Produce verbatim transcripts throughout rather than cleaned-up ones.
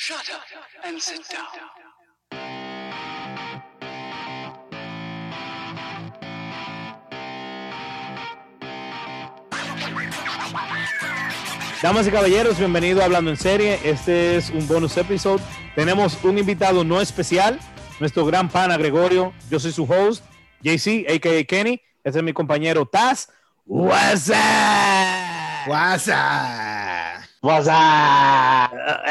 Shut up and sit down. Damas y caballeros, bienvenido a Hablando en Serie. Este es un bonus episode. Tenemos un invitado no especial, nuestro gran pana Gregorio. Yo soy su host, J C, a k a. Kenny. Este es mi compañero Taz. What's up? What's up? What's up?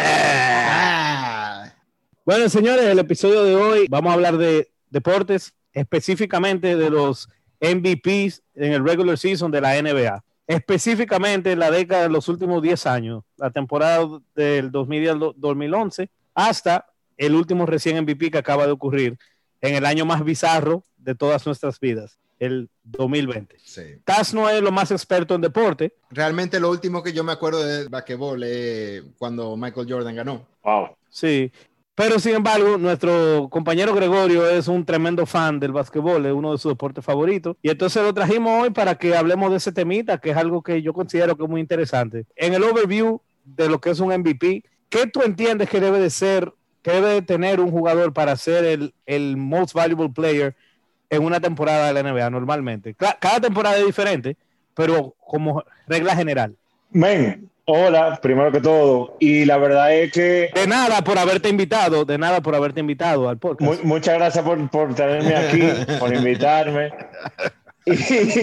Bueno, señores, el episodio de hoy vamos a hablar de deportes, específicamente de los M V Ps en el regular season de la N B A. Específicamente en la década de los últimos diez años, la temporada del dos mil diez al dos mil once, hasta el último recién M V P que acaba de ocurrir en el año más bizarro de todas nuestras vidas, el dos mil veinte. Sí. Taz no es lo más experto en deporte. Realmente lo último que yo me acuerdo de basquetbol es cuando Michael Jordan ganó. Wow. Sí. Pero sin embargo, nuestro compañero Gregorio es un tremendo fan del básquetbol, es uno de sus deportes favoritos. Y entonces lo trajimos hoy para que hablemos de ese temita, que es algo que yo considero que es muy interesante. En el overview de lo que es un M V P, ¿qué tú entiendes que debe de ser, que debe de tener un jugador para ser el, el most valuable player en una temporada de la N B A normalmente? Cada temporada es diferente, pero como regla general. Men, hola, primero que todo, y la verdad es que... De nada por haberte invitado, de nada por haberte invitado al podcast. Mu- muchas gracias por, por tenerme aquí, por invitarme. Y,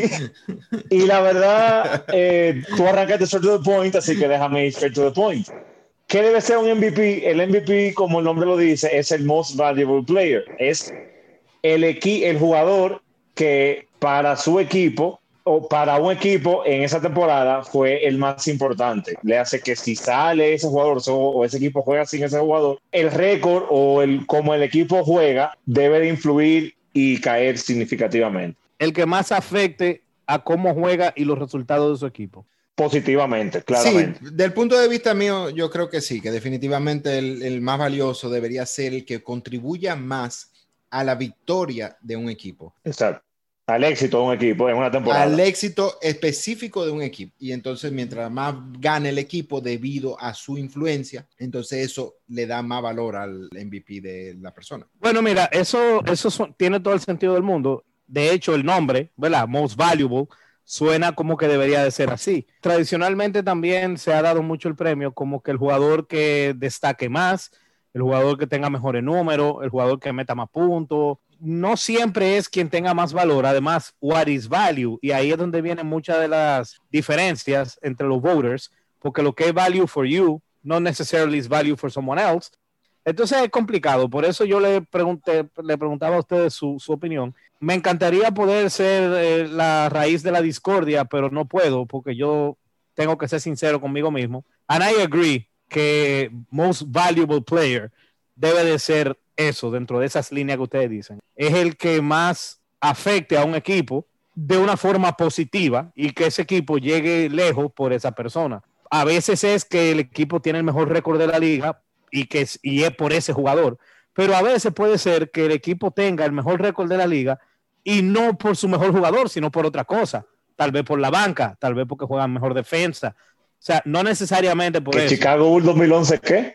y la verdad, eh, tú arrancaste straight to the point, así que déjame ir straight to the point. ¿Qué debe ser un M V P? El M V P, como el nombre lo dice, es el most valuable player. Es el, equi- el jugador que para su equipo o para un equipo en esa temporada fue el más importante. Le hace que si sale ese jugador o ese equipo juega sin ese jugador, el récord o el como el equipo juega debe de influir y caer significativamente. El que más afecte a cómo juega y los resultados de su equipo. Positivamente, claramente. Sí, del punto de vista mío, yo creo que sí, que definitivamente el, el más valioso debería ser el que contribuya más a la victoria de un equipo. Exacto. Al éxito de un equipo en una temporada. Al éxito específico de un equipo. Y entonces, mientras más gane el equipo debido a su influencia, entonces eso le da más valor al M V P de la persona. Bueno, mira, eso, eso son, tiene todo el sentido del mundo. De hecho, el nombre, ¿verdad? Most Valuable, suena como que debería de ser así. Tradicionalmente también se ha dado mucho el premio como que el jugador que destaque más, el jugador que tenga mejores números, el jugador que meta más puntos. No siempre es quien tenga más valor. Además, what is value? Y ahí es donde vienen muchas de las diferencias entre los voters, porque lo que es value for you, no necessarily is value for someone else. Entonces es complicado. Por eso yo le pregunté, le preguntaba a ustedes su, su opinión. Me encantaría poder ser eh, la raíz de la discordia, pero no puedo, porque yo tengo que ser sincero conmigo mismo. And I agree que most valuable player debe de ser eso, dentro de esas líneas que ustedes dicen. Es el que más afecte a un equipo de una forma positiva y que ese equipo llegue lejos por esa persona. A veces es que el equipo tiene el mejor récord de la liga y, que es, y es por ese jugador, pero a veces puede ser que el equipo tenga el mejor récord de la liga y no por su mejor jugador, sino por otra cosa. Tal vez por la banca, tal vez porque juegan mejor defensa. O sea, no necesariamente por ¿Que eso. Chicago Bulls dos mil once qué?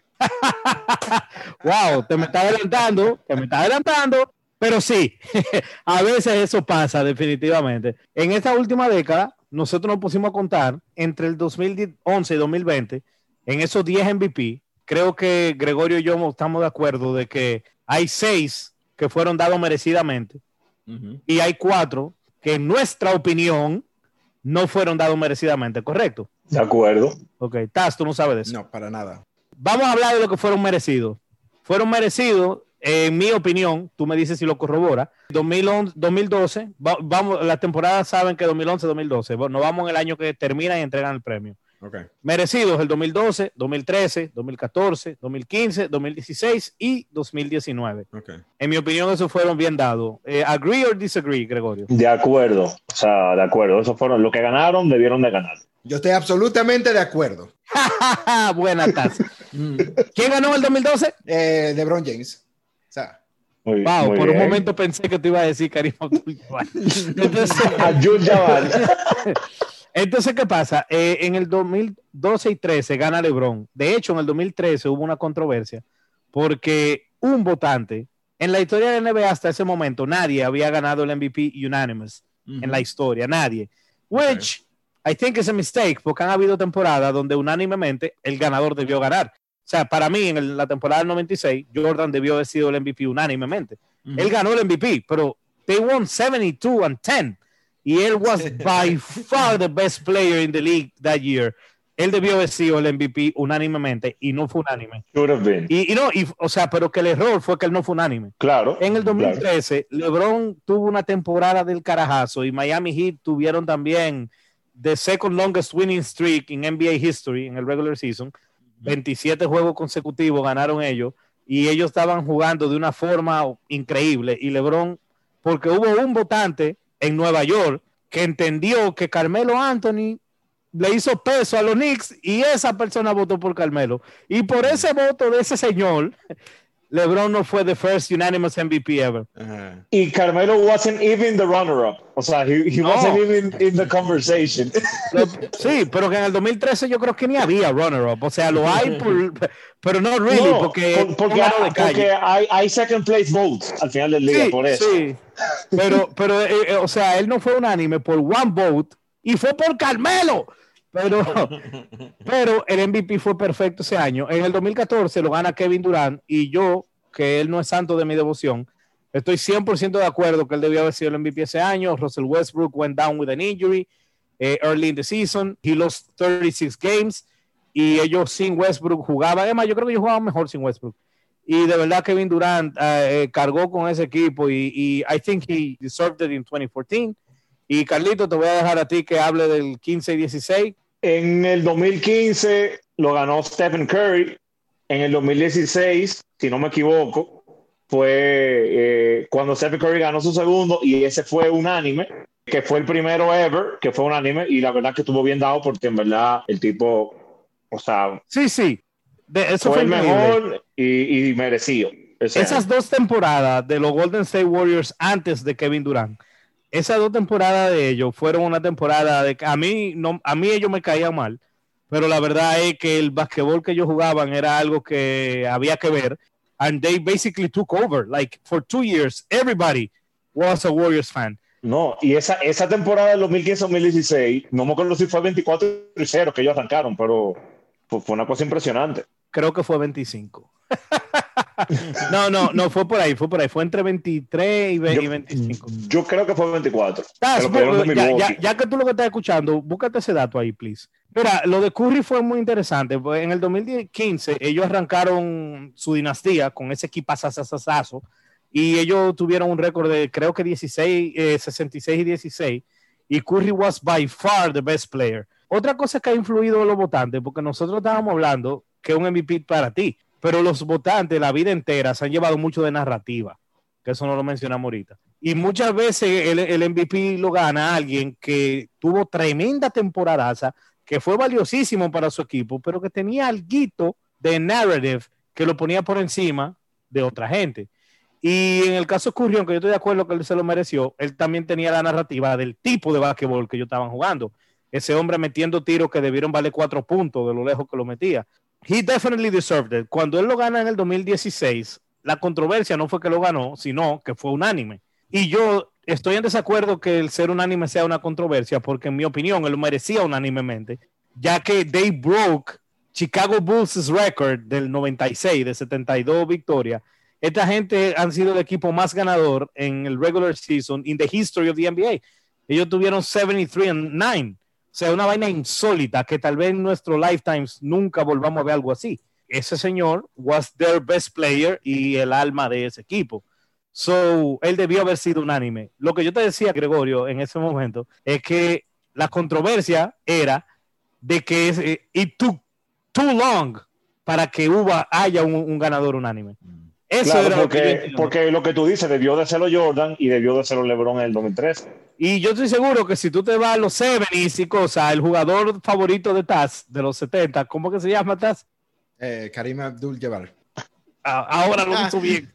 Wow, te me está adelantando, te me está adelantando, pero sí, a veces eso pasa definitivamente. En esta última década, nosotros nos pusimos a contar entre el dos mil once y dos mil veinte, en esos diez M V P, creo que Gregorio y yo estamos de acuerdo de que hay seis que fueron dados merecidamente uh-huh. y hay cuatro que en nuestra opinión no fueron dados merecidamente, ¿correcto? De acuerdo. Ok, Taz, tú no sabes de eso. No, para nada. Vamos a hablar de lo que fueron merecidos. Fueron merecidos, eh, en mi opinión, tú me dices si lo corrobora, dos mil once, dos mil doce, va, vamos, las temporadas saben que dos mil once, dos mil doce, nos vamos en el año que termina y entregan el premio. Okay. Merecidos el dos mil doce, dos mil trece, dos mil catorce, dos mil quince, dos mil dieciséis y dos mil diecinueve. Okay. En mi opinión, esos fueron bien dados. Eh, ¿Agree or disagree, Gregorio? De acuerdo, o sea, de acuerdo. Esos fueron los que ganaron, debieron de ganar. Yo estoy absolutamente de acuerdo. Buena taza. ¿Quién ganó el dos mil doce? Eh, LeBron James. O sea, muy, wow, muy por bien. un momento pensé que te iba a decir Karim Abdul-Jabbar. Entonces, Abdul-Jabbar. Entonces, ¿qué pasa? Eh, en el dos mil doce y trece gana LeBron. De hecho, en el dos mil trece hubo una controversia porque un votante, en la historia de la N B A hasta ese momento, nadie había ganado el M V P unanimous uh-huh. en la historia, nadie. Which okay. I think is a mistake, porque han habido temporadas donde unánimemente el ganador debió ganar. O sea, para mí, en el, la temporada del noventa y seis, Jordan debió haber sido el M V P unánimemente. Uh-huh. Él ganó el M V P, pero they won seventy-two and ten. Y él was by far the best player in the league that year. Él debió haber sido el M V P unánimemente y no fue unánime. Should have been. Y, y no, y, o sea, pero que el error fue que él no fue unánime. Claro. En el dos mil trece, claro. LeBron tuvo una temporada del carajazo y Miami Heat tuvieron también the second longest winning streak in N B A history en el regular season. veintisiete juegos consecutivos ganaron ellos y ellos estaban jugando de una forma increíble. Y LeBron, porque hubo un votante en Nueva York que entendió que Carmelo Anthony le hizo peso a los Knicks y esa persona votó por Carmelo. Y por ese voto de ese señor, LeBron no fue the first unanimous M V P ever. Uh-huh. Y Carmelo wasn't even the runner-up. O sea, he, he no. wasn't even in the conversation. Lo, sí, pero que en el dos mil trece yo creo que ni había runner-up. O sea, lo hay, por, pero no really, no, porque, por, porque, hay, porque hay, hay second place votes al final del día, sí, por eso. Sí, pero, pero eh, o sea, él no fue unánime por one vote y fue por Carmelo. Pero, pero el M V P fue perfecto ese año. En el dos mil catorce lo gana Kevin Durant y yo, que él no es santo de mi devoción, estoy cien por ciento de acuerdo que él debió haber sido el M V P ese año. Russell Westbrook went down with an injury eh, early in the season. He lost thirty-six games y ellos sin Westbrook jugaban. Además, yo creo que ellos jugaban mejor sin Westbrook. Y de verdad Kevin Durant eh, cargó con ese equipo y, y I think he deserved it in twenty fourteen. Y Carlito, te voy a dejar a ti que hable del quince y dieciséis. En el dos mil quince lo ganó Stephen Curry. En el dos mil dieciséis, si no me equivoco, fue eh, cuando Stephen Curry ganó su segundo y ese fue unánime, que fue el primero ever, que fue unánime y la verdad que estuvo bien dado porque en verdad el tipo, o sea, sí, sí, de, eso fue, fue el mejor y, y merecido. Esas año. dos temporadas de los Golden State Warriors antes de Kevin Durant, esas dos temporadas de ellos fueron una temporada de a mí no a mí ellos me caían mal, pero la verdad es que el basquetbol que ellos jugaban era algo que había que ver, and they basically took over, like for two years everybody was a Warriors fan. No, y esa, esa temporada del dos mil quince dos mil dieciséis, no me acuerdo si fue veinticuatro y cero que ellos arrancaron, pero fue, fue una cosa impresionante. Creo que fue veinticinco. No, no, no, fue por ahí, fue por ahí, fue entre veintitrés y veinticinco. Yo creo que fue veinticuatro. Ah, pero, ya, ya, ya que tú lo que estás escuchando, búscate ese dato ahí, please. Mira, lo de Curry fue muy interesante, pues en el dos mil quince ellos arrancaron su dinastía con ese equipazazazazo y ellos tuvieron un récord de creo que dieciséis, eh, sesenta y seis y dieciséis y Curry was by far the best player. Otra cosa que ha influido en los votantes, porque nosotros estábamos hablando que es un M V P para ti, pero los votantes la vida entera se han llevado mucho de narrativa, que eso no lo mencionamos ahorita. Y muchas veces el, el M V P lo gana alguien que tuvo tremenda temporadaza, que fue valiosísimo para su equipo, pero que tenía alguito de narrative que lo ponía por encima de otra gente. Y en el caso de Curry, aunque yo estoy de acuerdo que él se lo mereció, él también tenía la narrativa del tipo de básquetbol que ellos estaban jugando. Ese hombre metiendo tiros que debieron valer cuatro puntos de lo lejos que lo metía. He definitely deserved it. Cuando él lo gana en el dos mil dieciséis, la controversia no fue que lo ganó, sino que fue unánime. Y yo estoy en desacuerdo que el ser unánime sea una controversia, porque en mi opinión él lo merecía unánimemente, ya que they broke Chicago Bulls' record del noventa y seis, de setenta y dos victorias. Esta gente han sido el equipo más ganador en el regular season in the history of the N B A. Ellos tuvieron setenta y tres and nueve. O sea, una vaina insólita que tal vez en nuestro lifetimes nunca volvamos a ver algo así. Ese señor was their best player y el alma de ese equipo. So, él debió haber sido unánime. Lo que yo te decía, Gregorio, en ese momento, es que la controversia era de que it took too long para que hubo, haya un, un ganador unánime. Eso claro, era porque, lo que yo porque lo que tú dices, debió de hacerlo Jordan y debió de hacerlo LeBron en el dos mil trece. Y yo estoy seguro que si tú te vas a los seventies y cosas, el jugador favorito de Taz de los setenta, ¿cómo que se llama Taz? Eh, Karim Abdul-Jabbar. Ahora lo hizo bien.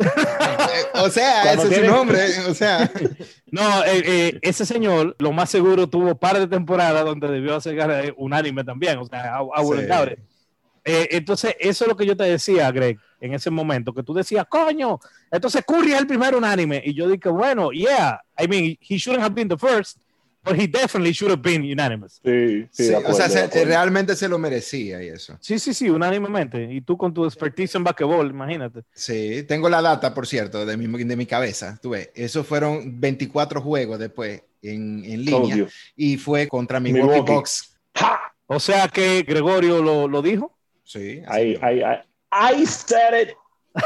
O sea, Cuando ese es tiene- su nombre. O sea, No, eh, eh, ese señor, lo más seguro, tuvo par de temporadas donde debió hacer eh, unánime también. O sea, I, I wouldn't doubt it. Eh, entonces, eso es lo que yo te decía, Greg, en ese momento, que tú decías, coño, entonces Curry es el primer unánime. Y yo dije, bueno, yeah, I mean, he shouldn't have been the first, but he definitely should have been unanimous. Sí, sí, sí, de o acuerdo, sea, de se- acuerdo. realmente se lo merecía y eso. Sí, sí, sí, unánimemente. Y tú con tu expertise en basquetbol, imagínate. Sí, tengo la data, por cierto, de mi, de mi cabeza. Tú ves, esos fueron veinticuatro juegos después en, en Told línea you. y fue contra Milwaukee Milwaukee. Bucks. ¡Ja! O sea que Gregorio lo, lo dijo. Sí, así I, mismo. I, I, I said it.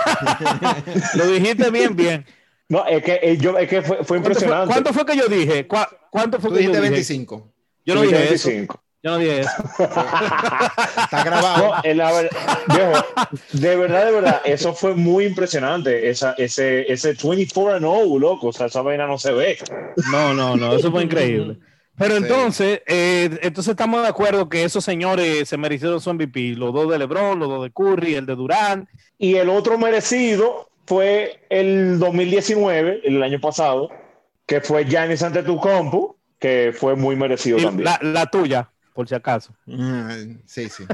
Lo dijiste bien, bien. No, es que, eh, yo, es que fue, fue ¿Cuánto fue, impresionante. cuánto fue que yo dije? ¿Cuá- ¿Cuánto fue Tú que yo dijiste dije? veinticinco. Yo no Tuviste dije eso. veinticinco. Yo no dije eso. Está grabado. No, en la ver- viejo, de verdad, de verdad, eso fue muy impresionante. Esa, ese, ese veinticuatro and oh, loco. O sea, esa vaina no se ve. No, no, no, eso fue increíble. Pero Sí. entonces, eh, entonces estamos de acuerdo que esos señores se merecieron su M V P, los dos de LeBron, los dos de Curry, el de Durant. Y el otro merecido fue el dos mil diecinueve, el año pasado, que fue Giannis Antetokounmpo, que fue muy merecido Y también. la, la tuya, por si acaso. Mm, Sí, sí.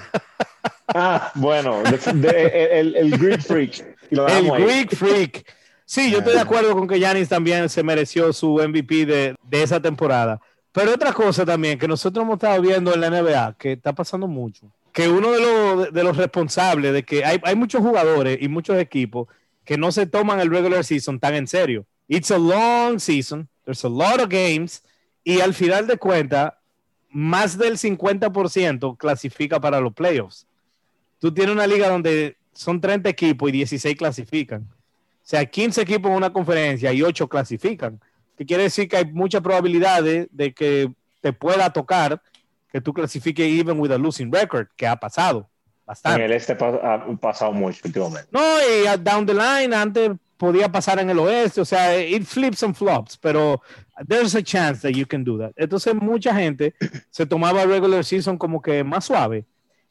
Ah, bueno, de- de- el, el Greek Freak. Y lo El dejamos ahí. Greek Freak. Sí, yo estoy de acuerdo con que Giannis también se mereció su M V P de, de esa temporada. Pero otra cosa también que nosotros hemos estado viendo en la N B A, que está pasando mucho, que uno de los, de los responsables de que hay, hay muchos jugadores y muchos equipos que no se toman el regular season tan en serio. It's a long season, there's a lot of games, y al final de cuentas, más del cincuenta por ciento clasifica para los playoffs. Tú tienes una liga donde son treinta equipos y dieciséis clasifican. O sea, quince equipos en una conferencia y ocho clasifican. Que quiere decir que hay mucha probabilidad de, de que te pueda tocar que tú clasifiques even with a losing record, que ha pasado En bastante. el este pa- ha pasado mucho últimamente. No, y uh, down the line, antes podía pasar en el oeste, o sea, it flips and flops, pero there's a chance that you can do that. Entonces, mucha gente se tomaba el regular season como que más suave.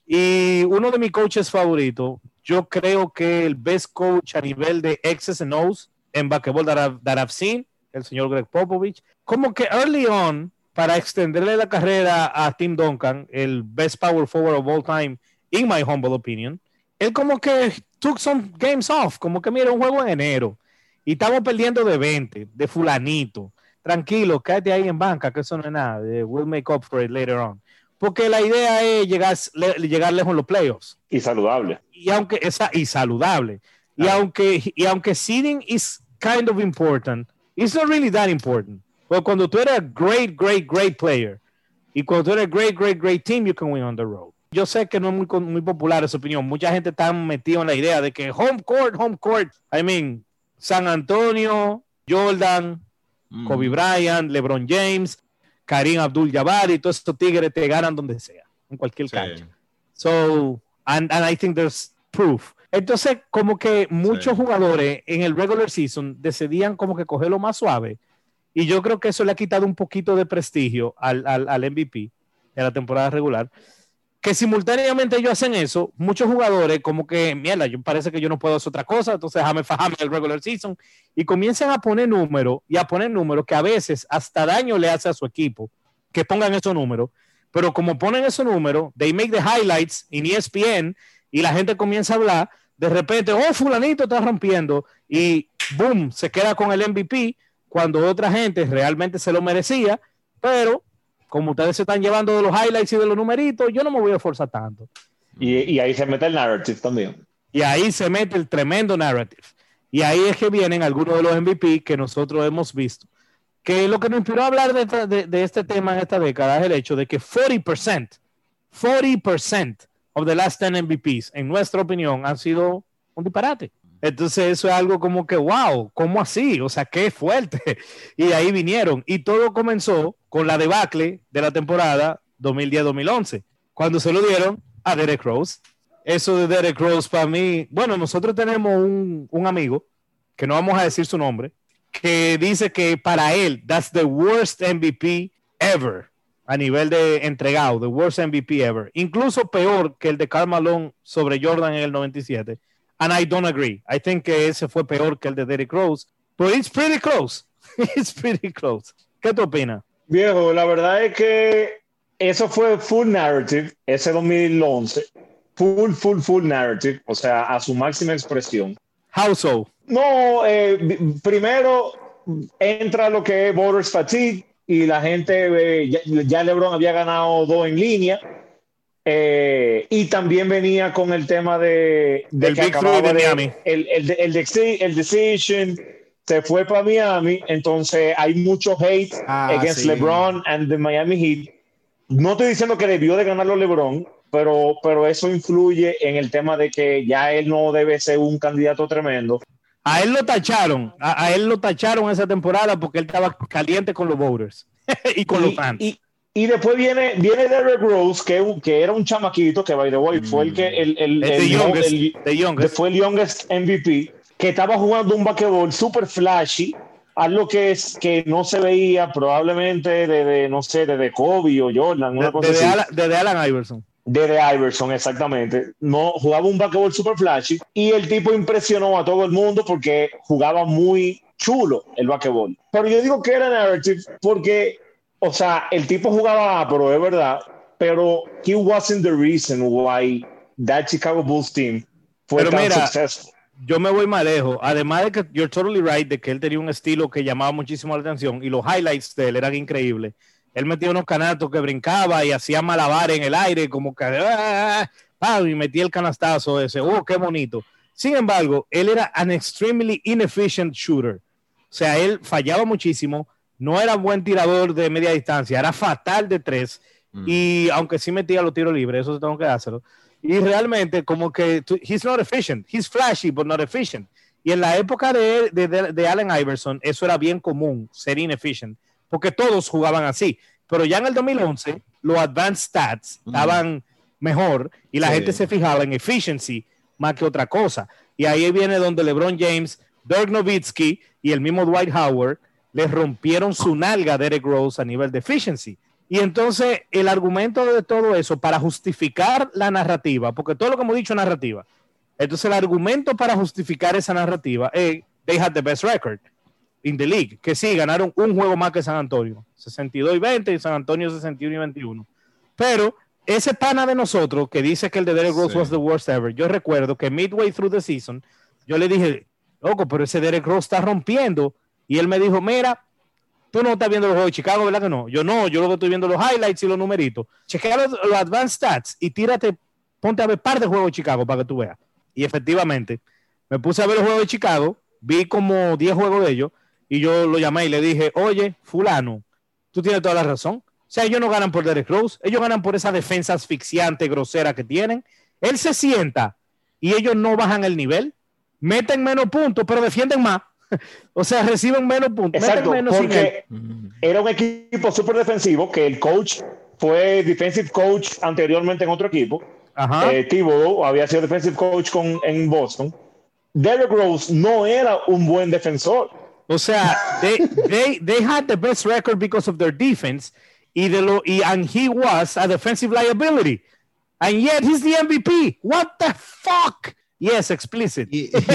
Y uno de mis coaches favoritos, yo creo que el best coach a nivel de X's and O's en basquetbol that I've, that I've seen, el señor Greg Popovich, como que early on, para extenderle la carrera a Tim Duncan, el best power forward of all time, in my humble opinion, él como que took some games off, como que mira, un juego en enero, y estamos perdiendo de veinte, de fulanito, tranquilo, quédate ahí en banca, que eso no es nada, we'll make up for it later on. Porque la idea es llegar, llegar lejos en los playoffs. Y saludable. Y aunque esa y saludable. Y Claro. aunque y aunque seeding is kind of important, it's not really that important. Porque cuando tú eres a great, great, great player y cuando tú eres a great, great, great team, you can win on the road. Yo sé que no es muy, muy popular esa opinión. Mucha gente está metida en la idea de que home court, home court. I mean, San Antonio, Jordan, Mm. Kobe Bryant, LeBron James, Karim Abdul-Jabbar y todos estos tigres te ganan donde sea, en cualquier Sí. cancha. So, and, and I think there's proof. Entonces, como que muchos Sí. jugadores en el regular season decidían como que cogerlo más suave. Y yo creo que eso le ha quitado un poquito de prestigio al, al, al M V P de la temporada regular. Que simultáneamente ellos hacen eso, muchos jugadores como que, mierda, yo parece que yo no puedo hacer otra cosa, entonces déjame fajarme el regular season. Y comienzan a poner números y a poner números que a veces hasta daño le hace a su equipo que pongan esos números. Pero como ponen esos números, they make the highlights en E S P N y la gente comienza a hablar, de repente, oh, fulanito está rompiendo y boom, se queda con el M V P cuando otra gente realmente se lo merecía, pero como ustedes se están llevando de los highlights y de los numeritos, yo no me voy a esforzar tanto. Y, y ahí se mete el narrative también. Y ahí se mete el tremendo narrative. Y ahí es que vienen algunos de los M V P que nosotros hemos visto. Que lo que nos inspiró a hablar de, de, de este tema en esta década es el hecho de que cuarenta por ciento, cuarenta por ciento of the last ten M V Ps, en nuestra opinión, han sido un disparate. Entonces eso es algo como que, wow, ¿cómo así? O sea, qué fuerte. Y ahí vinieron. Y todo comenzó con la debacle de la temporada dos mil diez dos mil once, cuando se lo dieron a Derrick Rose. Eso de Derrick Rose para mí, bueno, nosotros tenemos un, un amigo, que no vamos a decir su nombre, que dice que para él, that's the worst M V P ever, a nivel de entregado, the worst M V P ever. Incluso peor que el de Karl Malone sobre Jordan en el noventa y siete. and I don't agree. I think que ese fue peor que el de Derrick Rose, but it's pretty close. It's pretty close. ¿Qué tú opinas? Viejo, la verdad es que eso fue full narrative, ese dos mil once. Full, full, full narrative, o sea, a su máxima expresión. How so? No, eh, primero entra lo que es voters fatigue y la gente, eh, ya, ya LeBron había ganado dos en línea, eh, y también venía con el tema de, de el que Big acababa Three de de, Miami. El, el, el, el, el decision se fue para Miami, entonces hay mucho hate ah, against sí. LeBron and the Miami Heat. No estoy diciendo que debió de ganarlo LeBron, pero, pero eso influye en el tema de que ya él no debe ser un candidato tremendo. A él lo tacharon, a, a él lo tacharon esa temporada porque él estaba caliente con los voters y con y, los fans. Y, y después viene, viene Derrick Rose, que, que era un chamaquito, que by the way, mm. fue el que el, el, el, el, youngest, el, el youngest. fue el youngest M V P, que estaba jugando un basquetbol super flashy, algo que es que no se veía probablemente desde, de, no sé, desde Kobe o Jordan, una de, cosa desde así. Alan, desde Alan Iverson. Desde Iverson, exactamente. No, jugaba un basquetbol super flashy y el tipo impresionó a todo el mundo porque jugaba muy chulo el basquetbol. Pero yo digo que era narrative porque, o sea, el tipo jugaba, pero es verdad, pero he wasn't the reason why that Chicago Bulls team fue pero tan mira, successful. Yo me voy más lejos. Además de que you're totally right, de que él tenía un estilo que llamaba muchísimo la atención y los highlights de él eran increíbles. Él metía unos canatos que brincaba y hacía malabares en el aire, como que ah, ah, y metía el canastazo ese. ¡Oh, qué bonito! Sin embargo, él era an extremely inefficient shooter. O sea, él fallaba muchísimo, no era buen tirador de media distancia, era fatal de tres. Mm. Y aunque sí metía los tiros libres, eso tengo que dárselo. Y realmente, como que he's not efficient. He's flashy, but not efficient. Y en la época de, de, de, de Allen Iverson, eso era bien común, ser inefficient, porque todos jugaban así. Pero ya en el dos mil once, los advanced stats mm. estaban mejor y la sí. gente se fijaba en efficiency más que otra cosa. Y ahí viene donde LeBron James, Dirk Nowitzki y el mismo Dwight Howard les rompieron su nalga a Derrick Rose a nivel de efficiency. Y entonces el argumento de todo eso para justificar la narrativa, porque todo lo que hemos dicho es narrativa, entonces el argumento para justificar esa narrativa es eh, they had the best record in the league, que sí, ganaron un juego más que San Antonio, sesenta y dos y veinte, y San Antonio sesenta y uno y veintiuno, pero ese pana de nosotros que dice que el de Derrick Rose sí. was the worst ever, yo recuerdo que midway through the season, yo le dije, loco, pero ese Derrick Rose está rompiendo, y él me dijo, mira, tú no estás viendo los juegos de Chicago, ¿verdad que no? Yo no, yo lo que estoy viendo los highlights y los numeritos. Chequea los, los advanced stats y tírate, ponte a ver par de juegos de Chicago para que tú veas. Y efectivamente, me puse a ver los juegos de Chicago, vi como diez juegos de ellos, y yo lo llamé y le dije, oye, fulano, tú tienes toda la razón. O sea, ellos no ganan por Derrick Rose, ellos ganan por esa defensa asfixiante, grosera que tienen. Él se sienta y ellos no bajan el nivel, meten menos puntos, pero defienden más. O sea, reciben menos puntos. Exacto, menos porque era un equipo súper defensivo, que el coach fue defensive coach anteriormente en otro equipo. Ajá. Eh, Thibodeau había sido defensive coach con, en Boston. Derrick Rose no era un buen defensor. O sea, they, they, they had the best record because of their defense, y de lo, y, and he was a defensive liability. And yet he's the M V P. What the fuck? Yes, explicit.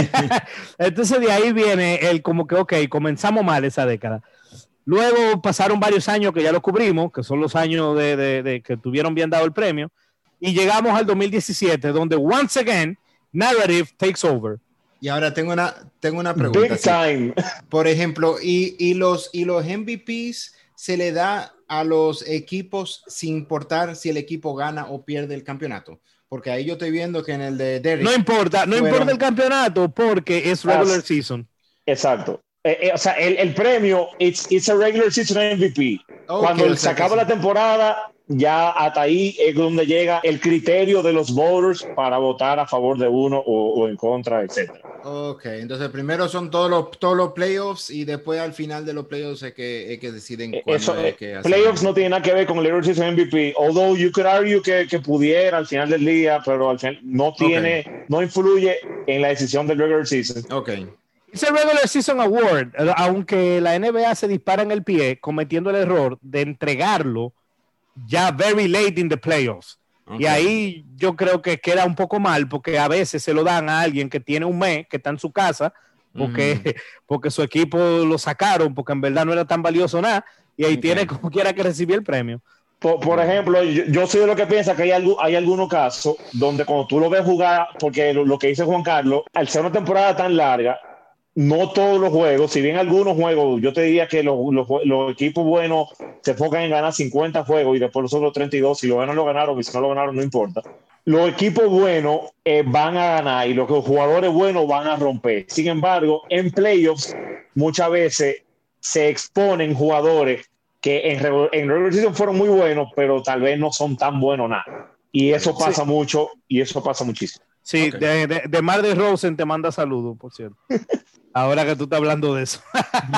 Entonces de ahí viene el como que, ok, comenzamos mal esa década. Luego pasaron varios años que ya lo cubrimos, que son los años de, de, de que tuvieron bien dado el premio, y llegamos al dos mil diecisiete, donde once again, narrative takes over. Y ahora tengo una, tengo una pregunta. Big time. Por ejemplo, y, y, los, y los M V Ps se le da a los equipos sin importar si el equipo gana o pierde el campeonato. Porque ahí yo estoy viendo que en el de Derrick... No importa, no fueron... importa el campeonato porque es regular season. Exacto. Eh, eh, o sea, el, el premio, it's, it's a regular season M V P. Okay, Cuando o sea, se acaba la temporada, ya hasta ahí es donde llega el criterio de los voters para votar a favor de uno o, o en contra, etcétera. Ok, entonces primero son todos los, todos los playoffs y después al final de los playoffs es que, es que deciden cuándo Eso, es que hacen. Playoffs no tiene nada que ver con el regular season M V P, although you could argue que, que pudiera al final del día, pero al final no tiene, okay. no influye en la decisión del regular season. Ok. Es el regular season award, aunque la N B A se dispara en el pie cometiendo el error de entregarlo ya very late in the playoffs. Okay. Y ahí yo creo que queda un poco mal porque a veces se lo dan a alguien que tiene un mes, que está en su casa, porque, mm. porque su equipo lo sacaron, porque en verdad no era tan valioso nada, y ahí okay. tiene como quiera que recibir el premio. Por, por ejemplo, yo, yo soy de lo que piensa que hay, algo, hay algunos casos donde cuando tú lo ves jugar, porque lo, lo que dice Juan Carlos, al ser una temporada tan larga, no todos los juegos, si bien algunos juegos, yo te diría que los, los, los equipos buenos se enfocan en ganar cincuenta juegos y después los otros treinta y dos, si lo ganan, lo ganaron, y si no lo ganaron, no importa. Los equipos buenos eh, van a ganar y los jugadores buenos van a romper. Sin embargo, en playoffs muchas veces se exponen jugadores que en, en regular season fueron muy buenos, pero tal vez no son tan buenos nada. Y eso pasa sí. mucho, y eso pasa muchísimo. Sí, okay. de, de, de Mar de Rosen te manda saludos, por cierto. Ahora que tú estás hablando de eso.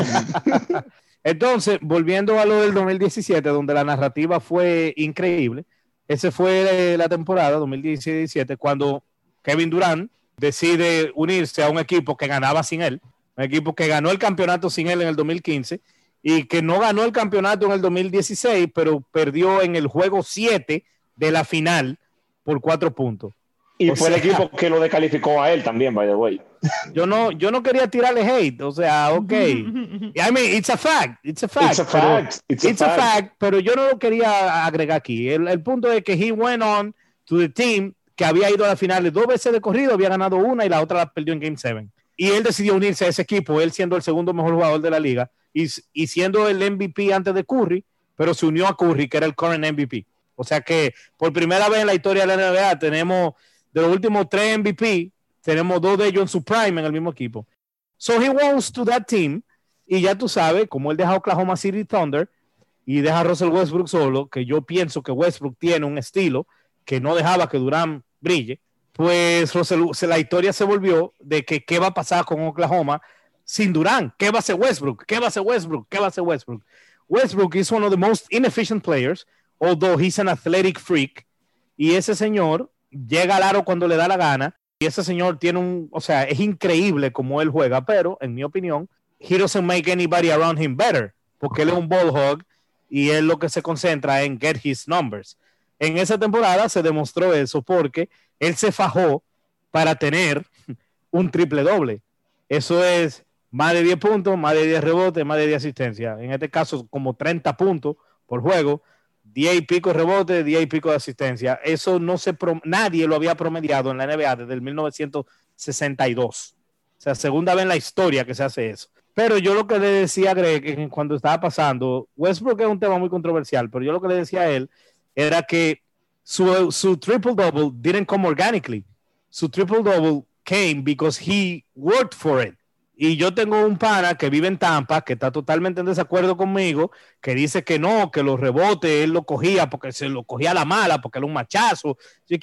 Entonces, volviendo a lo del dos mil diecisiete, donde la narrativa fue increíble, ese fue la temporada dos mil diecisiete cuando Kevin Durant decide unirse a un equipo que ganaba sin él, un equipo que ganó el campeonato sin él en el dos mil quince y que no ganó el campeonato en el dos mil dieciséis, pero perdió en el juego siete de la final por cuatro puntos. Y o fue sea, el equipo que lo descalificó a él también, by the way. Yo no, yo no quería tirarle hate, o sea, ok. I mean, it's a fact, it's a fact. It's a fact. Pero, it's a, it's fact. a fact, pero yo no lo quería agregar aquí. El, el punto es que he went on to the team que había ido a la final dos veces de corrido, había ganado una y la otra la perdió en Game siete. Y él decidió unirse a ese equipo, él siendo el segundo mejor jugador de la liga y, y siendo el M V P antes de Curry, pero se unió a Curry, que era el current M V P. O sea que por primera vez en la historia de la N B A tenemos de los últimos tres M V P, tenemos dos de ellos en su prime en el mismo equipo. So he goes to that team y ya tú sabes, como él deja Oklahoma City Thunder y deja a Russell Westbrook solo, que yo pienso que Westbrook tiene un estilo que no dejaba que Durant brille, pues Russell, la historia se volvió de que qué va a pasar con Oklahoma sin Durant, qué va a hacer Westbrook, qué va a hacer Westbrook, qué va a hacer Westbrook. Westbrook is one of the most inefficient players, although he's an athletic freak, y ese señor llega al aro cuando le da la gana, y ese señor tiene un, o sea, es increíble como él juega, pero en mi opinión, he doesn't make anybody around him better, porque él es un ball hog y él lo que se concentra en get his numbers. En esa temporada se demostró eso porque él se fajó para tener un triple doble. Eso es más de diez puntos, más de diez rebotes, más de diez asistencias. En este caso, como treinta puntos por juego, diez y pico rebotes, diez y pico de asistencia. Eso no se prom- nadie lo había promediado en la N B A desde el mil novecientos sesenta y dos. O sea, segunda vez en la historia que se hace eso. Pero yo lo que le decía a Greg cuando estaba pasando, Westbrook es un tema muy controversial, pero yo lo que le decía a él era que su, su triple-double didn't come organically. Su triple-double came because he worked for it. Y yo tengo un pana que vive en Tampa, que está totalmente en desacuerdo conmigo, que dice que no, que los rebotes él lo cogía porque se lo cogía a la mala, porque era un machazo.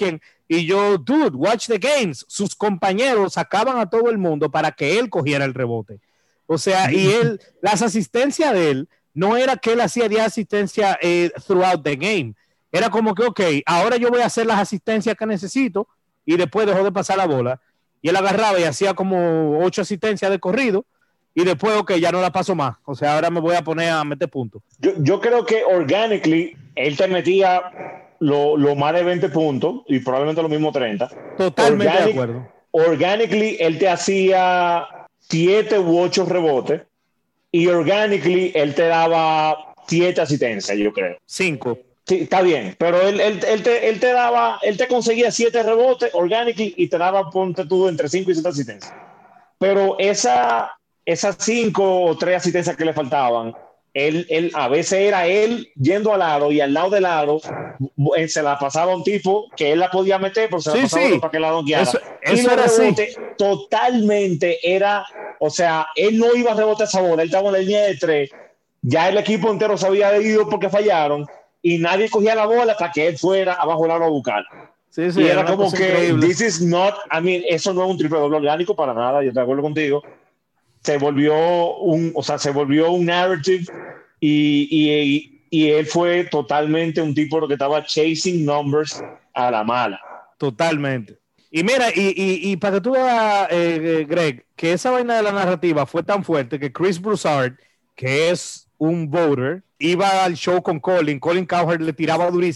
Y yo, dude, watch the games. Sus compañeros sacaban a todo el mundo para que él cogiera el rebote. O sea, y él, las asistencias de él, no era que él hacía diez asistencias eh, throughout the game. Era como que, ok, ahora yo voy a hacer las asistencias que necesito y después dejó de pasar la bola. Y él agarraba y hacía como ocho asistencias de corrido y después, ok, ya no la paso más. O sea, ahora me voy a poner a meter puntos. Yo, yo creo que organically él te metía lo, lo más de veinte puntos y probablemente lo mismo treinta. Totalmente Organic, de acuerdo. Organically él te hacía siete u ocho rebotes y organically él te daba siete asistencias, yo creo. Cinco. Sí, está bien, pero él, él, él, te, él te daba, él te conseguía siete rebotes organically y te daba, ponte tú, entre cinco y siete asistencias. Pero esa, esas cinco o tres asistencias que le faltaban, él, él, a veces era él yendo al lado y al lado del lado se la pasaba a un tipo que él la podía meter, pero se sí, la pasaba sí. para que la donkeara. Eso, y eso los era rebotes así. Totalmente era, o sea, él no iba a rebotar esa bola, él estaba en la línea de tres, ya el equipo entero se había ido porque fallaron y nadie cogía la bola hasta que él fuera abajo del aro a buscar. Sí, sí, y era, era como que increíble. This is not, I mean, eso no es un triple doble orgánico para nada, yo estoy de acuerdo contigo. Se volvió un, o sea, se volvió un narrative y, y, y él fue totalmente un tipo que estaba chasing numbers a la mala. Totalmente. Y mira, y, y, y para que tú veas, eh, Greg, que esa vaina de la narrativa fue tan fuerte que Chris Broussard, que es un voter, iba al show con Colin, Colin Cowherd le tiraba durísimo,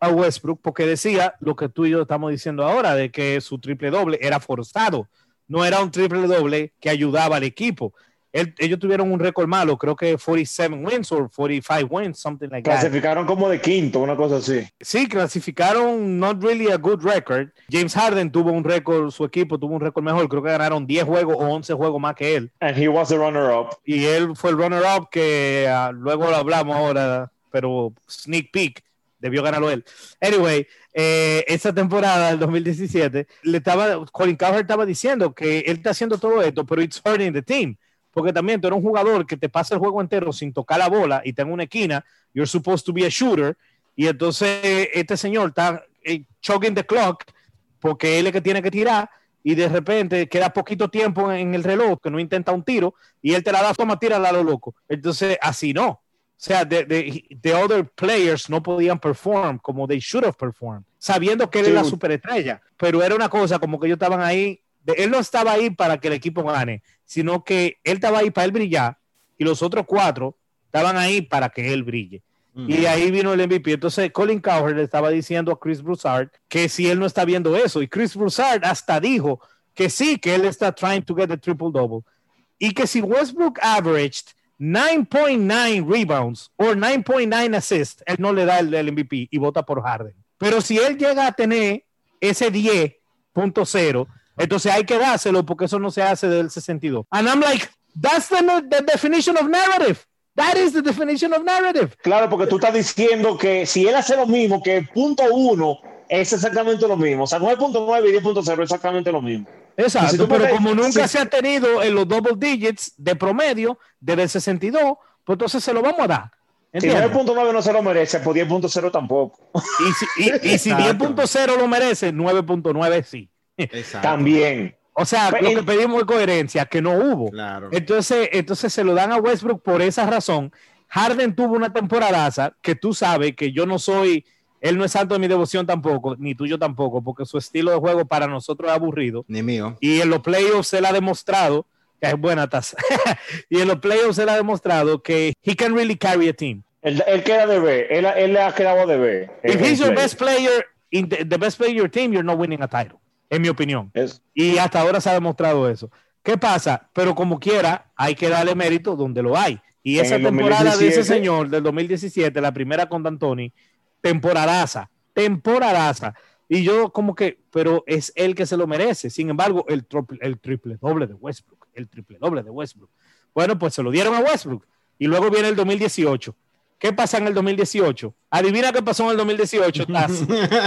a Westbrook porque decía lo que tú y yo estamos diciendo ahora, de que su triple doble era forzado, no era un triple doble que ayudaba al equipo. Él, ellos tuvieron un récord malo, creo que cuarenta y siete wins o cuarenta y cinco wins, something like that. Clasificaron como de quinto, una cosa así. Sí, clasificaron not really a good record. James Harden tuvo un récord, su equipo tuvo un récord mejor, creo que ganaron diez juegos o once juegos más que él. And he was the runner-up. Y él fue el runner-up que uh, luego lo hablamos ahora, pero sneak peek, debió ganarlo él. Anyway, eh, esa temporada del dos mil diecisiete, le estaba, Colin Cowherd estaba diciendo que él está haciendo todo esto, pero it's hurting the team. Porque también tú eres un jugador que te pasa el juego entero sin tocar la bola y está en una esquina, you're supposed to be a shooter, y entonces este señor está eh, choking the clock porque él es que tiene que tirar y de repente queda poquito tiempo en el reloj que no intenta un tiro y él te la da, toma, tírala a lo loco. Entonces así no. O sea, the, the, the other players no podían perform como they should have performed, sabiendo que él sí. era la superestrella, pero era una cosa como que ellos estaban ahí. Él no estaba ahí para que el equipo gane, sino que él estaba ahí para él brillar y los otros cuatro estaban ahí para que él brille. Uh-huh. Y ahí vino el M V P. Entonces Colin Cowherd le estaba diciendo a Chris Broussard que si él no está viendo eso, y Chris Broussard hasta dijo que sí, que él está trying to get the triple double, y que si Westbrook averaged nine point nine rebounds o nine point nine assists, él no le da el, el M V P y vota por Harden. Pero si él llega a tener ese diez punto cero, entonces hay que dárselo porque eso no se hace del sesenta y dos. And I'm like, that's the, the definition of narrative. That is the definition of narrative. Claro, porque tú estás diciendo que si él hace lo mismo, que el punto uno es exactamente lo mismo. O sea, nueve punto nueve y diez punto cero es exactamente lo mismo. Exacto, si pero puedes, como nunca sí. se ha tenido en los double digits de promedio desde el sesenta y dos, pues entonces se lo vamos a dar. Si nueve punto nueve no se lo merece, pues diez punto cero tampoco. Y si, y, y si diez punto cero lo merece, nueve punto nueve sí. Exacto. También. O sea, Pero, lo que pedimos es coherencia, que no hubo. Claro. Entonces, entonces se lo dan a Westbrook por esa razón. Harden tuvo una temporadaza que tú sabes que yo no soy, él no es santo de mi devoción tampoco, ni tuyo tampoco, porque su estilo de juego para nosotros es aburrido. Ni mío. Y en los playoffs él ha demostrado que es buena taza. Y en los playoffs él ha demostrado que he can really carry a team. Él, él queda de B, él, él le ha quedado de B. If he's your best player, in the, the best player of your team, you're not winning a title. En mi opinión. Es. Y hasta ahora se ha demostrado eso. ¿Qué pasa? Pero como quiera, hay que darle mérito donde lo hay. Y esa temporada dos mil diecisiete de ese señor, del dos mil diecisiete, la primera con D'Antoni, temporadaza, temporadaza. Y yo como que, pero es él que se lo merece. Sin embargo, el, triple, el triple doble de Westbrook, el triple doble de Westbrook. Bueno, pues se lo dieron a Westbrook. Y luego viene el dos mil dieciocho. ¿Qué pasa en el dos mil dieciocho? Adivina qué pasó en el dos mil dieciocho, Taz.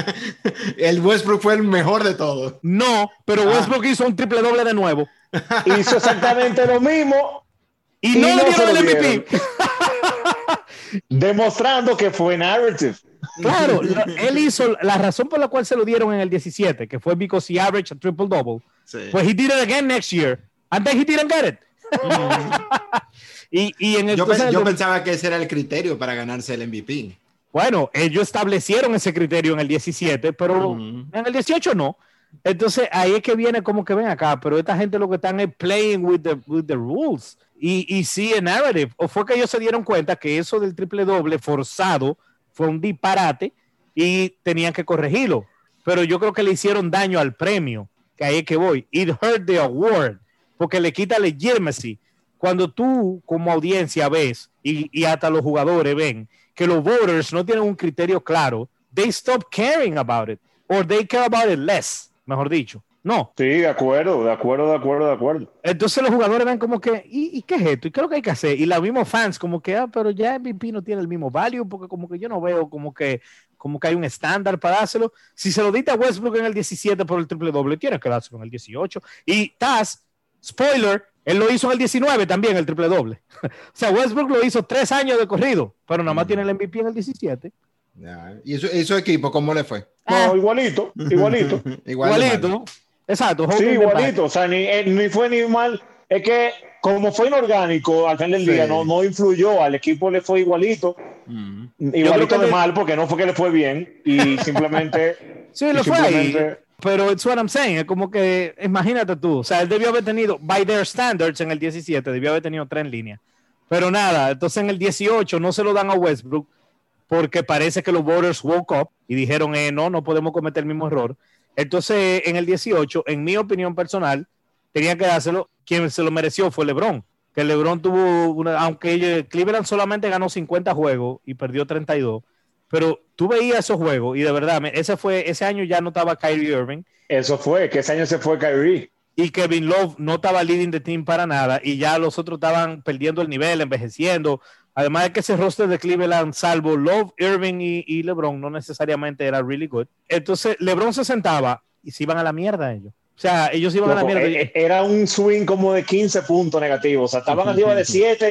El Westbrook fue el mejor de todos. No, pero ah. Westbrook hizo un triple doble de nuevo. Hizo exactamente lo mismo. Y, y no, no le dieron el M V P. Demostrando que fue narrative. Claro, la, él hizo la razón por la cual se lo dieron en el diecisiete, que fue because he averaged a triple double. Sí. Pues he did it again next year, and then he didn't get it. y, y en el, yo, pens yo pensaba que ese era el criterio para ganarse el M V P. Bueno, ellos establecieron ese criterio en el diecisiete, pero uh-huh. en el dieciocho no. Entonces ahí es que viene como que ven acá, pero esta gente lo que están es playing with the, with the rules y, y sí el narrative. O fue que ellos se dieron cuenta que eso del triple doble forzado fue un disparate y tenían que corregirlo. Pero yo creo que le hicieron daño al premio, que ahí es que voy. It hurt the award, porque le quita legitimacy. Cuando tú como audiencia ves y, y hasta los jugadores ven que los voters no tienen un criterio claro, they stop caring about it, or they care about it less, mejor dicho. No. Sí, de acuerdo, de acuerdo, de acuerdo, de acuerdo. Entonces los jugadores ven como que, ¿y, y qué es esto? ¿Y qué es lo que hay que hacer? Y los mismos fans como que, ah, pero ya M V P no tiene el mismo value, porque como que yo no veo como que, como que hay un estándar para dárselo. Si se lo diste a Westbrook en el diecisiete por el triple doble, tienes que dárselo en el dieciocho. Y Taz, spoiler, él lo hizo en el diecinueve también, el triple doble. O sea, Westbrook lo hizo tres años de corrido, pero nada más mm. tiene el M V P en el diecisiete. Yeah. ¿Y su, y su equipo cómo le fue? No, igualito, igualito. Igual igualito. Exacto. Sí, igualito. O sea, ni, ni fue ni mal. Es que como fue inorgánico al final del sí. día, no, no influyó. Al equipo le fue igualito. Mm. Igualito de le... mal, porque no fue que le fue bien. Y simplemente... sí, lo fue ahí. Pero it's what I'm saying. Es como que, imagínate tú. O sea, él debió haber tenido, by their standards, en el diecisiete, debió haber tenido tres en línea. Pero nada, entonces en el dieciocho no se lo dan a Westbrook porque parece que los voters woke up y dijeron, eh, no, no podemos cometer el mismo error. Entonces, en el dieciocho, en mi opinión personal, tenía que dárselo, quien se lo mereció fue LeBron, que LeBron tuvo, una, aunque Cleveland solamente ganó cincuenta juegos y perdió treinta y dos, pero tú veías esos juegos y de verdad, ese, fue, ese año ya no estaba Kyrie Irving. Eso fue, que ese año se fue Kyrie. Y Kevin Love no estaba leading the team para nada y ya los otros estaban perdiendo el nivel, envejeciendo. Además de que ese roster de Cleveland, salvo Love, Irving y, y LeBron, no necesariamente era really good. Entonces, LeBron se sentaba y se iban a la mierda ellos. O sea, ellos iban Loco, a la mierda. Era un swing como de quince puntos negativos. O sea, estaban arriba de siete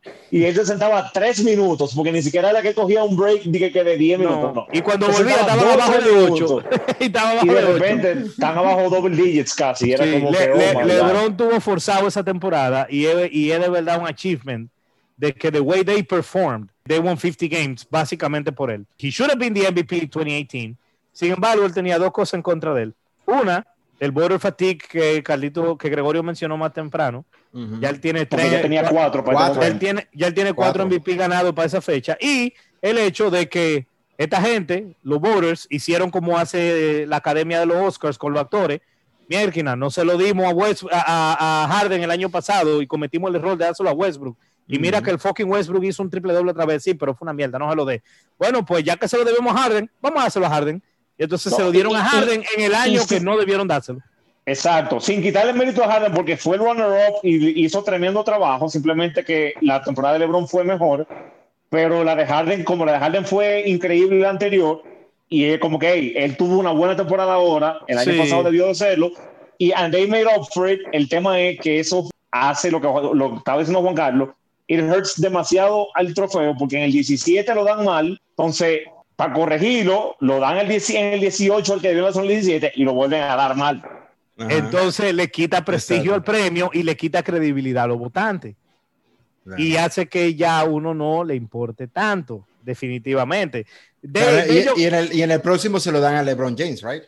y él se sentaba tres minutos, porque ni siquiera era que cogía un break de, que de diez minutos. No. No. Y cuando se volvía estaban abajo de ocho. y, estaba abajo y de, de repente ocho. Están abajo double digits casi. Era sí, como le, que, oh, le, LeBron tuvo forzado esa temporada y es, y es de verdad un achievement de que the way they performed, they won fifty games básicamente por él. He should have been the M V P twenty eighteen. Sin embargo, él tenía dos cosas en contra de él. Una, el border fatigue que Carlito, que Gregorio mencionó más temprano. Uh-huh. Ya él tiene tres. Ya tenía cuatro. Para cuatro. Él tiene, ya él tiene cuatro, cuatro M V P ganados para esa fecha. Y el hecho de que esta gente, los voters, hicieron como hace la Academia de los Oscars con los actores. Mierkina, no se lo dimos a, West, a, a Harden el año pasado y cometimos el error de dárselo a Westbrook. Y mira uh-huh. que el fucking Westbrook hizo un triple doble otra vez, sí, pero fue una mierda, no se lo dé. Bueno, pues ya que se lo debemos a Harden, vamos a dárselo a Harden. Y entonces no, se lo dieron y, a Harden y, en el año que no debieron dárselo. Exacto, sin quitarle mérito a Harden porque fue el runner-up y hizo tremendo trabajo, simplemente que la temporada de LeBron fue mejor, pero la de Harden, como la de Harden fue increíble la anterior, y es como que hey, él tuvo una buena temporada ahora, el año sí. pasado debió de serlo, y and they made up for it. El tema es que eso hace lo que lo estaba diciendo Juan Carlos, it hurts demasiado al trofeo, porque en el diecisiete lo dan mal, entonces para corregirlo, lo dan el diez, en el dieciocho, el que debió ser el diecisiete, y lo vuelven a dar mal. Ajá. Entonces le quita prestigio Exacto. al premio y le quita credibilidad a los votantes. Claro. Y hace que ya a uno no le importe tanto, definitivamente. De, claro, de y, ellos, y, en el, y en el próximo se lo dan a LeBron James, ¿right?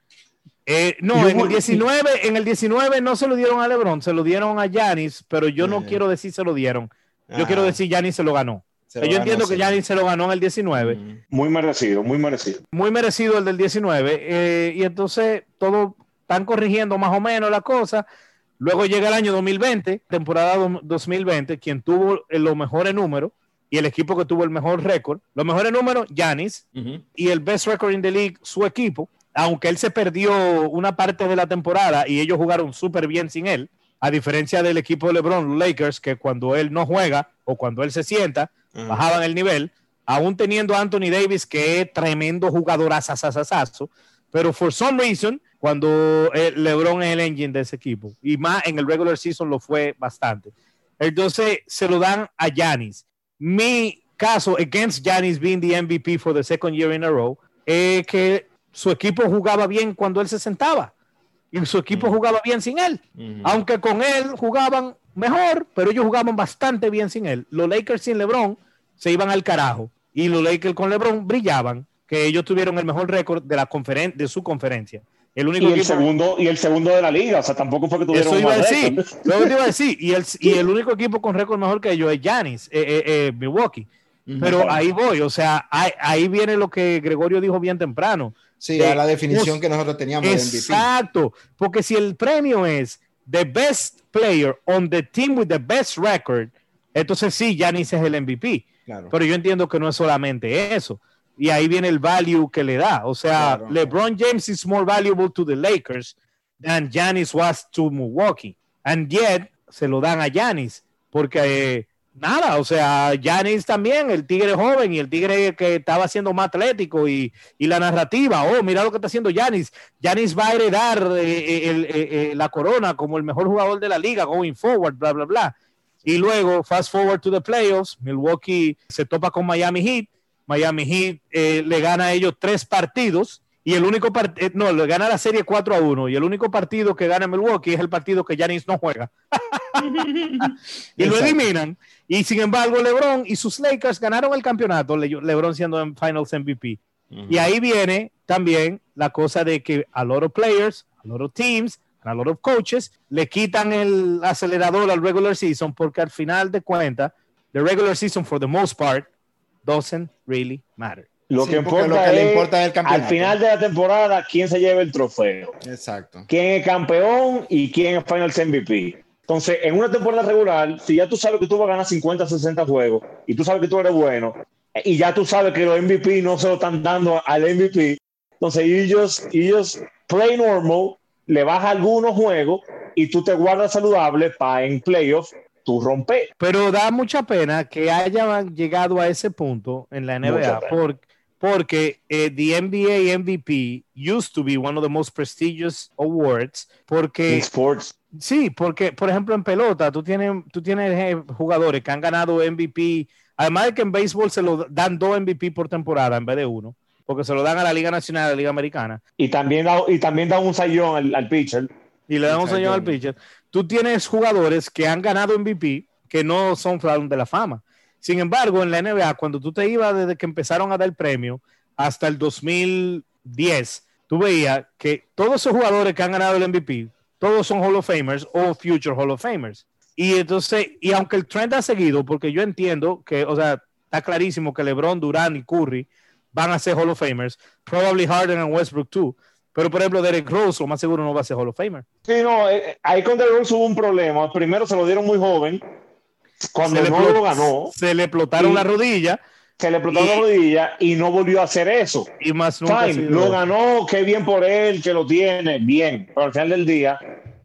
Eh, no, en el diecinueve, en el diecinueve no se lo dieron a LeBron, se lo dieron a Giannis, pero yo no eh. quiero decir se lo dieron. Yo ah. quiero decir Giannis se lo ganó. Se lo yo ganó, entiendo sí. que Giannis se lo ganó en el diecinueve. Muy merecido, muy merecido. Muy merecido el del diecinueve. Eh, y entonces todo están corrigiendo más o menos la cosa. Luego llega el año dos mil veinte, temporada dos mil veinte, quien tuvo los mejores números y el equipo que tuvo el mejor récord. Los mejores números, Giannis, uh-huh. y el best record in the league, su equipo. Aunque él se perdió una parte de la temporada y ellos jugaron súper bien sin él, a diferencia del equipo de LeBron, los Lakers, que cuando él no juega o cuando él se sienta, uh-huh. bajaban el nivel, aún teniendo a Anthony Davis, que es tremendo jugador asasasasazo, pero for some reason, cuando LeBron es el engine de ese equipo, y más en el regular season lo fue bastante. Entonces se lo dan a Giannis. Mi caso against Giannis being the M V P for the second year in a row es que su equipo jugaba bien cuando él se sentaba y su equipo mm. jugaba bien sin él, mm. aunque con él jugaban mejor, pero ellos jugaban bastante bien sin él. Los Lakers sin LeBron se iban al carajo y los Lakers con LeBron brillaban, que ellos tuvieron el mejor récord de la conferen- de su conferencia. El único y, el equipo... segundo, y el segundo de la liga, o sea, tampoco fue que tuvieron Eso iba un a decir, luego te iba a decir, y el, y el único equipo con récord mejor que ellos es Giannis, eh, eh, eh, Milwaukee. Uh-huh. Pero ahí voy, o sea, ahí, ahí viene lo que Gregorio dijo bien temprano. Sí, de, a la definición pues, que nosotros teníamos de M V P. Exacto, porque si el premio es the best player on the team with the best record, entonces sí, Giannis es el M V P. Claro. Pero yo entiendo que no es solamente eso. Y ahí viene el value que le da. O sea, claro. LeBron James is more valuable to the Lakers than Giannis was to Milwaukee. And yet, se lo dan a Giannis. Porque, eh, nada, o sea, Giannis también, el tigre joven y el tigre que estaba siendo más atlético y, y la narrativa. Oh, mira lo que está haciendo Giannis. Giannis va a heredar eh, el, eh, eh, la corona como el mejor jugador de la liga going forward, bla, bla, bla. Y luego, fast forward to the playoffs, Milwaukee se topa con Miami Heat. Miami Heat eh, le gana a ellos tres partidos y el único partido, eh, no, le gana la serie cuatro a uno y el único partido que gana Milwaukee es el partido que Giannis no juega. Y Exacto. lo eliminan. Y sin embargo, LeBron y sus Lakers ganaron el campeonato, Le- LeBron siendo en Finals M V P. Uh-huh. Y ahí viene también la cosa de que a lot of players, a lot of teams, a lot of coaches le quitan el acelerador al regular season porque al final de cuentas, the regular season for the most part doesn't really matter. Lo, Sí, que porque importa lo que le es, importa es el campeonato. al final de la temporada, quién se lleva el trofeo. Exacto. Quién es campeón y quién es Finals M V P. Entonces, en una temporada regular, si ya tú sabes que tú vas a ganar cincuenta, sesenta juegos y tú sabes que tú eres bueno y ya tú sabes que los M V P no se lo están dando al M V P, entonces ellos, ellos play normal, le bajas algunos juegos y tú te guardas saludable para en playoff tú romper. Pero da mucha pena que hayan llegado a ese punto en la N B A por, porque eh, the N B A M V P used to be one of the most prestigious awards porque in sports. Sí, porque por ejemplo en pelota tú tienes, tú tienes eh, jugadores que han ganado M V P, además de que en béisbol se lo dan dos M V P por temporada en vez de uno, porque se lo dan a la Liga Nacional, a la Liga Americana. Y también da, y también da un sayón al, al pitcher. Y le dan un sayón al pitcher. Tú tienes jugadores que han ganado M V P que no son Salón de la Fama. Sin embargo, en la N B A, cuando tú te ibas desde que empezaron a dar el premio hasta el dos mil diez, tú veías que todos esos jugadores que han ganado el M V P, todos son Hall of Famers o Future Hall of Famers. Y entonces, y aunque el trend ha seguido, porque yo entiendo que, o sea, está clarísimo que LeBron, Durant y Curry van a ser Hall of Famers, probably Harden and Westbrook too. Pero, por ejemplo, Derrick Rose, lo más seguro no va a ser Hall of Famer. Sí, no, eh, ahí con Derrick Rose hubo un problema. Primero se lo dieron muy joven, cuando se no le, lo ganó. Se le explotaron la rodilla. Se le explotaron la rodilla y no volvió a hacer eso. Y más nunca Fine, lo ganó, qué bien por él, que lo tiene, bien. Pero al final del día,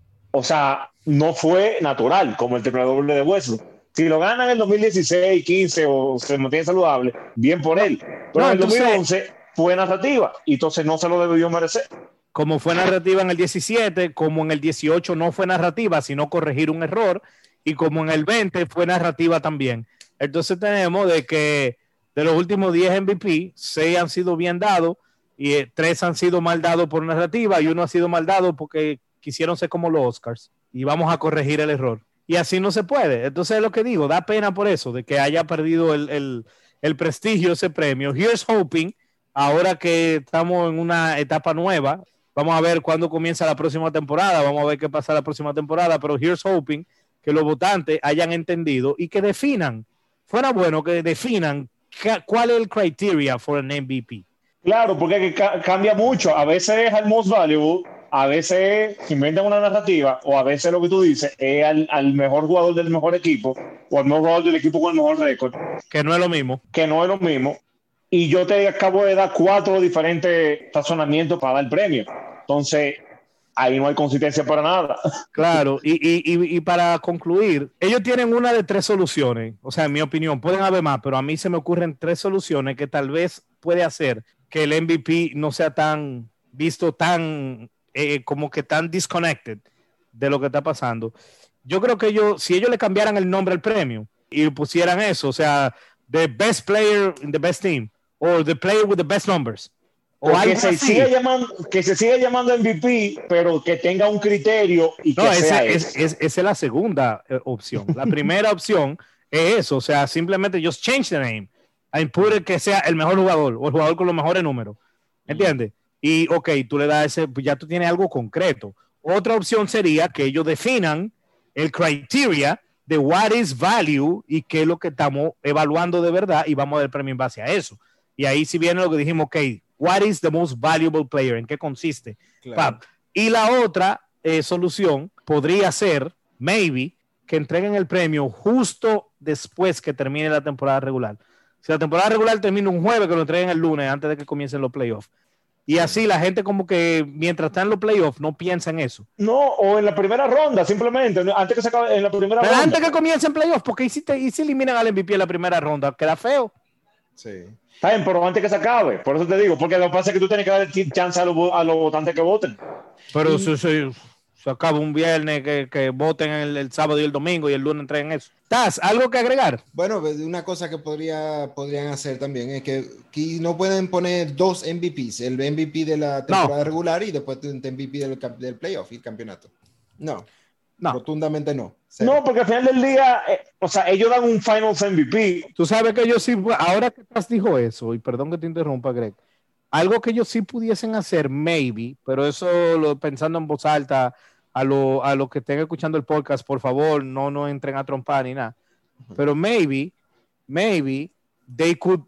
o sea, no fue natural, como el triple doble de Westbrook. Si lo gana en el dos mil dieciséis, quince o se mantiene saludable, bien por él. Pero no, en el entonces, dos mil once fue narrativa y entonces no se lo debió merecer. Como fue narrativa en el diecisiete, como en el dieciocho no fue narrativa, sino corregir un error, y como en el veinte fue narrativa también. Entonces tenemos de que de los últimos diez M V P, seis han sido bien dados y eh, tres han sido mal dados por narrativa y uno ha sido mal dado porque quisieron ser como los Oscars y vamos a corregir el error. Y así no se puede. Entonces es lo que digo, da pena por eso, de que haya perdido el, el, el prestigio ese premio. Here's hoping, ahora que estamos en una etapa nueva, vamos a ver cuándo comienza la próxima temporada, vamos a ver qué pasa la próxima temporada, pero here's hoping que los votantes hayan entendido y que definan, fuera bueno que definan cuál es el criteria for an M V P. Claro, porque ca cambia mucho. A veces es al most valuable, a veces inventan una narrativa, o a veces lo que tú dices es al, al mejor jugador del mejor equipo, o al mejor jugador del equipo con el mejor récord. Que no es lo mismo. Que no es lo mismo. Y yo te acabo de dar cuatro diferentes razonamientos para dar el premio. Entonces, ahí no hay consistencia para nada. Claro, y, y, y, y para concluir, ellos tienen una de tres soluciones, o sea, en mi opinión, pueden haber más, pero a mí se me ocurren tres soluciones que tal vez puede hacer que el M V P no sea tan visto, tan eh, como que tan disconnected de lo que está pasando. Yo creo que ellos, si ellos le cambiaran el nombre al premio y pusieran eso, o sea, the best player in the best team, or the player with the best numbers, o, o que se siga llamando, que se siga llamando M V P, pero que tenga un criterio y que no, sea ese, eso. Es, es, esa es la segunda eh, opción. La primera opción es eso, o sea, simplemente just change the name and put it que sea el mejor jugador o el jugador con los mejores números. ¿Entiendes? Y, ok, tú le das ese, ya tú tienes algo concreto. Otra opción sería que ellos definan el criteria de what is value y qué es lo que estamos evaluando de verdad y vamos a dar el premio en base a eso. Y ahí si viene lo que dijimos, ok, what is the most valuable player? ¿En qué consiste? Claro. Y la otra eh, solución podría ser, maybe, que entreguen el premio justo después que termine la temporada regular. Si la temporada regular termina un jueves, que lo entreguen el lunes antes de que comiencen los playoffs. Y así la gente como que mientras está en los playoffs no piensa en eso. No, o en la primera ronda, simplemente, antes que se acabe en la primera Pero ronda. antes que comiencen playoffs, porque y si, te, y si eliminan al M V P en la primera ronda, queda feo. Sí. Está bien, pero antes que se acabe, por eso te digo, porque lo que pasa es que tú tienes que dar chance a los, a los votantes que voten. Pero y... se, se, se acaba un viernes que, que voten el, el sábado y el domingo y el lunes entreguen eso. ¿Taz, algo que agregar? Bueno, una cosa que podría, podrían hacer también es que, que no pueden poner dos M V Ps, el M V P de la temporada no. regular y después el M V P del, del playoff y el campeonato. No, no. Rotundamente no. Cero. No, porque al final del día, eh, o sea, ellos dan un Finals M V P. Tú sabes que yo sí, ahora que Taz dijo eso, y perdón que te interrumpa, Greg, algo que ellos sí pudiesen hacer, maybe, pero eso lo, pensando en voz alta, a los a lo que estén escuchando el podcast, por favor, no, no entren a trompar ni nada. Uh-huh. Pero maybe, maybe, they could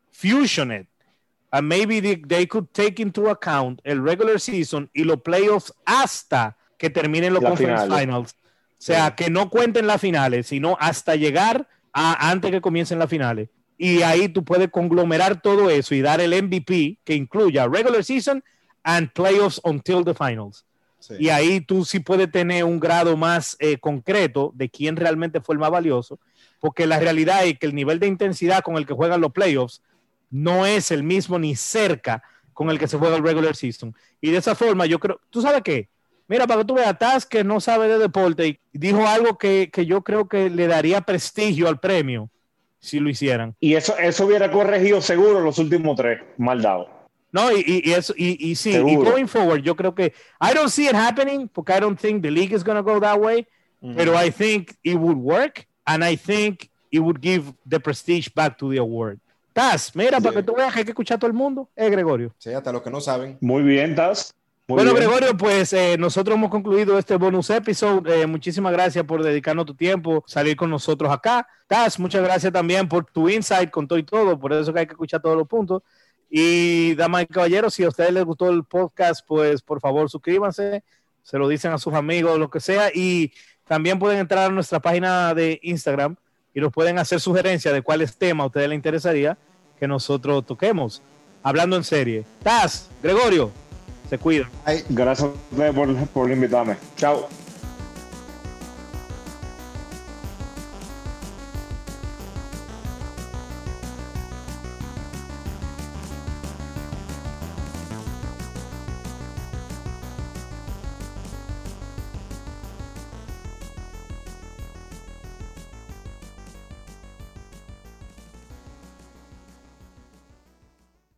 fusion it. And maybe they, they could take into account el regular season y los playoffs hasta que terminen los la conference final. finals. O sea, sí. que no cuenten las finales, sino hasta llegar a antes que comiencen las finales. Y ahí tú puedes conglomerar todo eso y dar el M V P que incluya regular season and playoffs until the finals. Sí. Y ahí tú sí puedes tener un grado más eh, concreto de quién realmente fue el más valioso, porque la realidad es que el nivel de intensidad con el que juegan los playoffs no es el mismo ni cerca con el que se juega el regular season. Y de esa forma yo creo, ¿tú sabes qué? Mira, para que tú veas, Taz, que no sabe de deporte, y dijo algo que, que yo creo que le daría prestigio al premio si lo hicieran. Y eso, eso hubiera corregido seguro los últimos tres, mal dado. No, y, y, y eso, y, y sí, seguro. Y going forward, yo creo que I don't see it happening, porque I don't think the league is going to go that way, mm-hmm. pero I think it would work, and I think it would give the prestige back to the award. Taz, mira, sí. para que tú veas que hay que escuchar a todo el mundo, eh, Gregorio. Sí, hasta los que no saben. Muy bien, Taz. Muy bueno, bien. Gregorio, pues eh, nosotros hemos concluido este bonus episode. Eh, muchísimas gracias por dedicarnos tu tiempo, salir con nosotros acá. Taz, muchas gracias también por tu insight con todo y todo, por eso que hay que escuchar todos los puntos. Y damas y caballeros, si a ustedes les gustó el podcast, pues por favor suscríbanse, se lo dicen a sus amigos, lo que sea, y también pueden entrar a nuestra página de Instagram y nos pueden hacer sugerencias de cuáles temas a ustedes les interesaría que nosotros toquemos. Hablando en serie. Taz, Gregorio, se cuida. Gracias por, por invitarme. Chao.